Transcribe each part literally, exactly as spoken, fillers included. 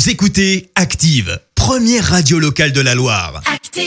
Vous écoutez Active, première radio locale de la Loire. Active!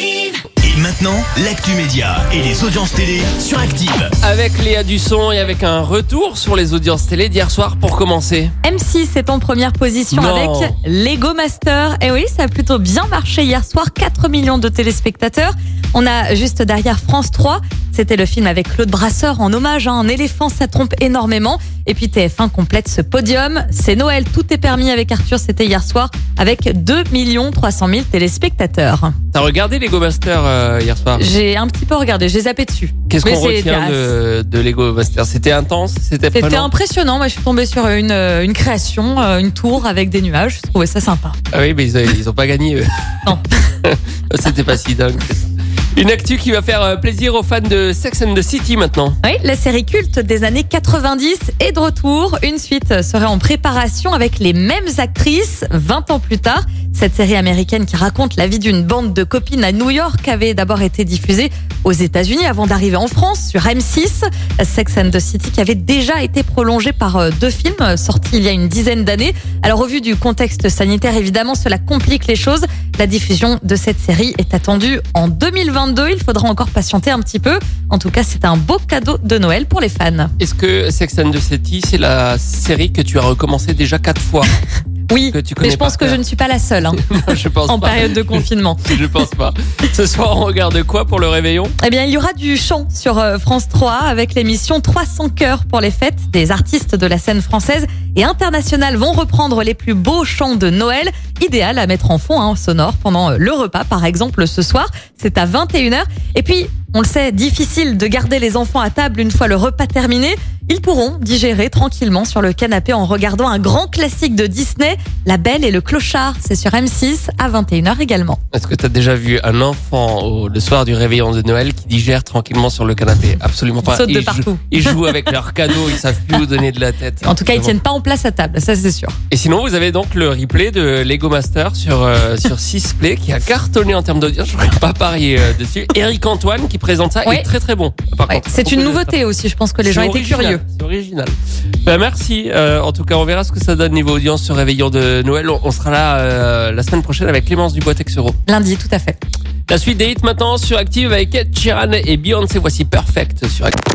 Et maintenant, l'actu média et les audiences télé sur Active. Avec Léa Dusson et avec un retour sur les audiences télé d'hier soir pour commencer. M six est en première position Non. avec Lego Master. Et oui, ça a plutôt bien marché hier soir, quatre millions de téléspectateurs. On a juste derrière France trois, c'était le film avec Claude Brasseur en hommage à un éléphant, ça trompe énormément. Et puis T F un complète ce podium. C'est Noël, tout est permis avec Arthur, c'était hier soir avec deux millions trois cent mille téléspectateurs. T'as regardé Lego Master euh, hier soir? J'ai un petit peu regardé, j'ai zappé dessus. Qu'est-ce Mais qu'on c'est retient classe. de, de Lego Master? C'était intense? C'était C'était prenant? impressionnant. Moi, je suis tombée sur une, euh, une création, euh, une tour avec des nuages. Je trouvais ça sympa. Ah oui, mais ils, ils ont pas gagné eux. Non. C'était pas si dingue. Une actu qui va faire plaisir aux fans de Sex and the City maintenant. Oui, la série culte des années quatre-vingt-dix est de retour. Une suite serait en préparation avec les mêmes actrices vingt ans plus tard. Cette série américaine qui raconte la vie d'une bande de copines à New York avait d'abord été diffusée aux États-Unis avant d'arriver en France sur M six. Sex and the City qui avait déjà été prolongé par deux films sortis il y a une dizaine d'années. Alors au vu du contexte sanitaire, évidemment, cela complique les choses. La diffusion de cette série est attendue en deux mille vingt-deux. Il faudra encore patienter un petit peu. En tout cas, c'est un beau cadeau de Noël pour les fans. Est-ce que Sex and the City, c'est la série que tu as recommencé déjà quatre fois? Oui, Que tu mais connais je pense par que cœur. je ne suis pas la seule hein, Je pense en pas. période de confinement. Je pense pas. Ce soir, on regarde quoi pour le réveillon? Eh bien, il y aura du chant sur euh, France trois avec l'émission trois cents chœurs pour les fêtes. Des artistes de la scène française et internationale vont reprendre les plus beaux chants de Noël. Idéal à mettre en fond hein, sonore pendant le repas, par exemple, ce soir. C'est à vingt et une heures. Et puis, on le sait, difficile de garder les enfants à table une fois le repas terminé. Ils pourront digérer tranquillement sur le canapé en regardant un grand classique de Disney, La Belle et le Clochard. C'est sur M six à vingt et une heures également. Est-ce que tu as déjà vu un enfant au, le soir du réveillon de Noël qui digère tranquillement sur le canapé? Absolument pas. Ils sautent de Ils partout. jouent, ils jouent avec leurs cadeaux, ils savent plus où donner de la tête. En tout cas, ils Vraiment. tiennent pas en place à table, ça c'est sûr. Et sinon, vous avez donc le replay de Lego Master sur euh, sur six Play qui a cartonné en termes d'audience. Je ne pourrais pas parier euh, dessus. Eric Antoine qui présente ça Ouais. est très très bon. Par Ouais, contre, c'est une beaucoup de- nouveauté aussi, je pense que les gens C'est étaient original, curieux. C'est original. Ben, merci. Euh, en tout cas, on verra ce que ça donne niveau audience sur Réveillon de Noël. On, on sera là euh, la semaine prochaine avec Clémence Dubois-Texero. Lundi, tout à fait. La suite des hits maintenant sur Active avec Ed Sheeran et Beyoncé. Voici Perfect sur Active.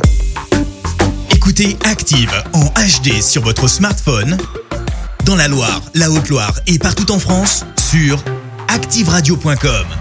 Écoutez Active en H D sur votre smartphone, dans la Loire, la Haute-Loire et partout en France, sur active radio point com.